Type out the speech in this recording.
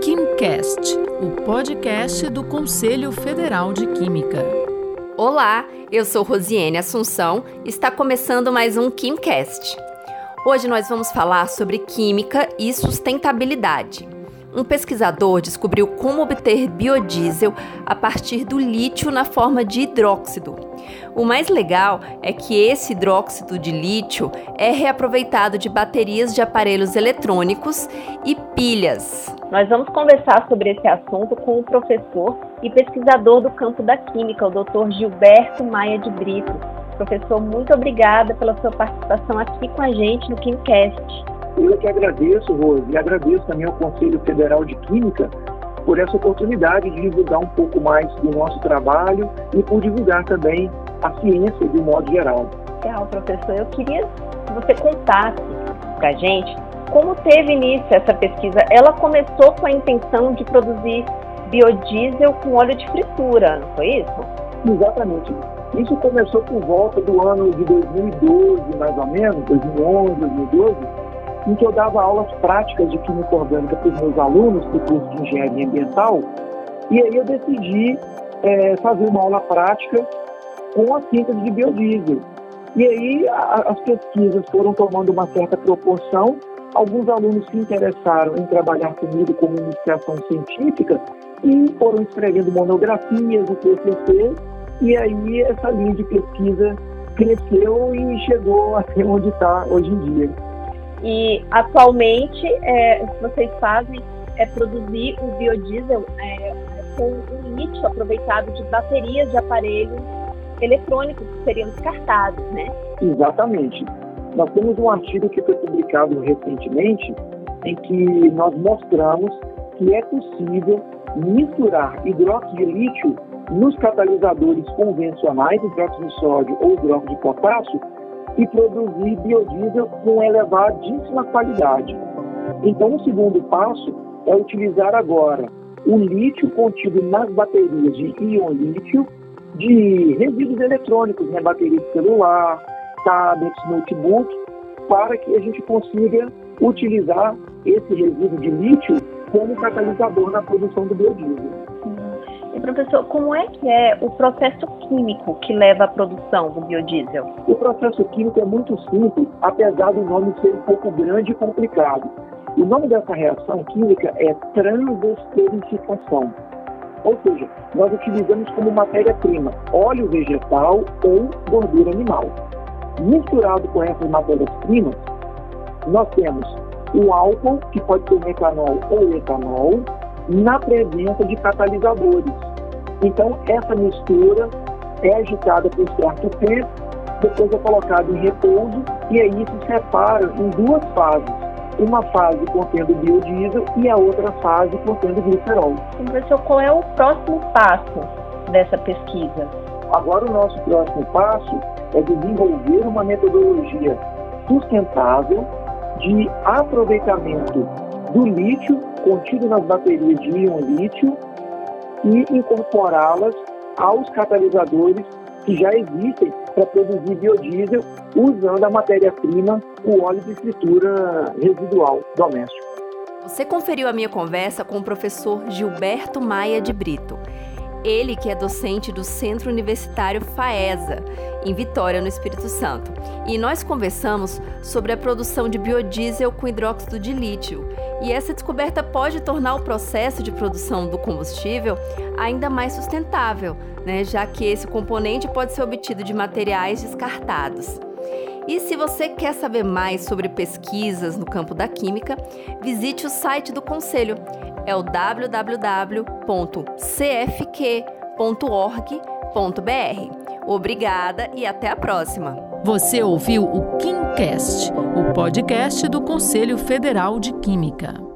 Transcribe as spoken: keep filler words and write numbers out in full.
KimCast, o podcast do Conselho Federal de Química. Olá, eu sou Rosiane Assunção e está começando mais um KimCast. Hoje nós vamos falar sobre química e sustentabilidade. Um pesquisador descobriu como obter biodiesel a partir do lítio na forma de hidróxido. O mais legal é que esse hidróxido de lítio é reaproveitado de baterias de aparelhos eletrônicos e pilhas. Nós vamos conversar sobre esse assunto com o professor e pesquisador do campo da química, o doutor Gilberto Maia de Brito. Professor, muito obrigada pela sua participação aqui com a gente no KimCast. Eu que agradeço, Rose, e agradeço também ao Conselho Federal de Química por essa oportunidade de divulgar um pouco mais do nosso trabalho e por divulgar também a ciência de um modo geral. Legal, professor. Eu queria que você contasse para a gente como teve início essa pesquisa. Ela começou com a intenção de produzir biodiesel com óleo de fritura, não foi isso? Exatamente. Isso começou por volta do ano de dois mil e doze, mais ou menos, dois mil e onze, dois mil e doze, em que eu dava aulas práticas de química orgânica para os meus alunos do curso de engenharia ambiental, e aí eu decidi é, fazer uma aula prática com a síntese de biodiesel. E aí a, as pesquisas foram tomando uma certa proporção, alguns alunos se interessaram em trabalhar comigo como iniciação científica e foram escrevendo monografias e T C C, e aí essa linha de pesquisa cresceu e chegou até onde está hoje em dia. E atualmente é, o que vocês fazem é produzir o biodiesel é, com o lítio aproveitado de baterias de aparelhos eletrônicos que seriam descartados, né? Exatamente. Nós temos um artigo que foi publicado recentemente em que nós mostramos que é possível misturar hidróxido de lítio nos catalisadores convencionais, hidróxido de sódio ou hidróxido de potássio, e produzir biodiesel com elevadíssima qualidade. Então, o segundo passo é utilizar agora o lítio contido nas baterias de íon lítio de resíduos eletrônicos, né, baterias de celular, tablets, notebook, para que a gente consiga utilizar esse resíduo de lítio como catalisador na produção do biodiesel. E, professor, como é que é o processo químico que leva à produção do biodiesel? O processo químico é muito simples, apesar do nome ser um pouco grande e complicado. O nome dessa reação química é transesterificação. Ou seja, nós utilizamos como matéria-prima óleo vegetal ou gordura animal. Misturado com essas matérias-primas, nós temos o álcool, que pode ser metanol ou etanol, na presença de catalisadores. Então, essa mistura é agitada por certo tempo, depois é colocada em repouso e aí se separa em duas fases. Uma fase contendo biodiesel e a outra fase contendo glicerol. Professor, qual é o próximo passo dessa pesquisa? Agora, o nosso próximo passo é desenvolver uma metodologia sustentável de aproveitamento do lítio contido nas baterias de íon lítio e incorporá-las aos catalisadores que já existem para produzir biodiesel usando a matéria-prima, o óleo de fritura residual doméstico. Você conferiu a minha conversa com o professor Gilberto Maia de Brito. Ele que é docente do Centro Universitário FAESA, em Vitória, no Espírito Santo. E nós conversamos sobre a produção de biodiesel com hidróxido de lítio. E essa descoberta pode tornar o processo de produção do combustível ainda mais sustentável, né? Já que esse componente pode ser obtido de materiais descartados. E se você quer saber mais sobre pesquisas no campo da química, visite o site do Conselho. É o w w w ponto c f q ponto org ponto b r. Obrigada e até a próxima. Você ouviu o KimCast, o podcast do Conselho Federal de Química.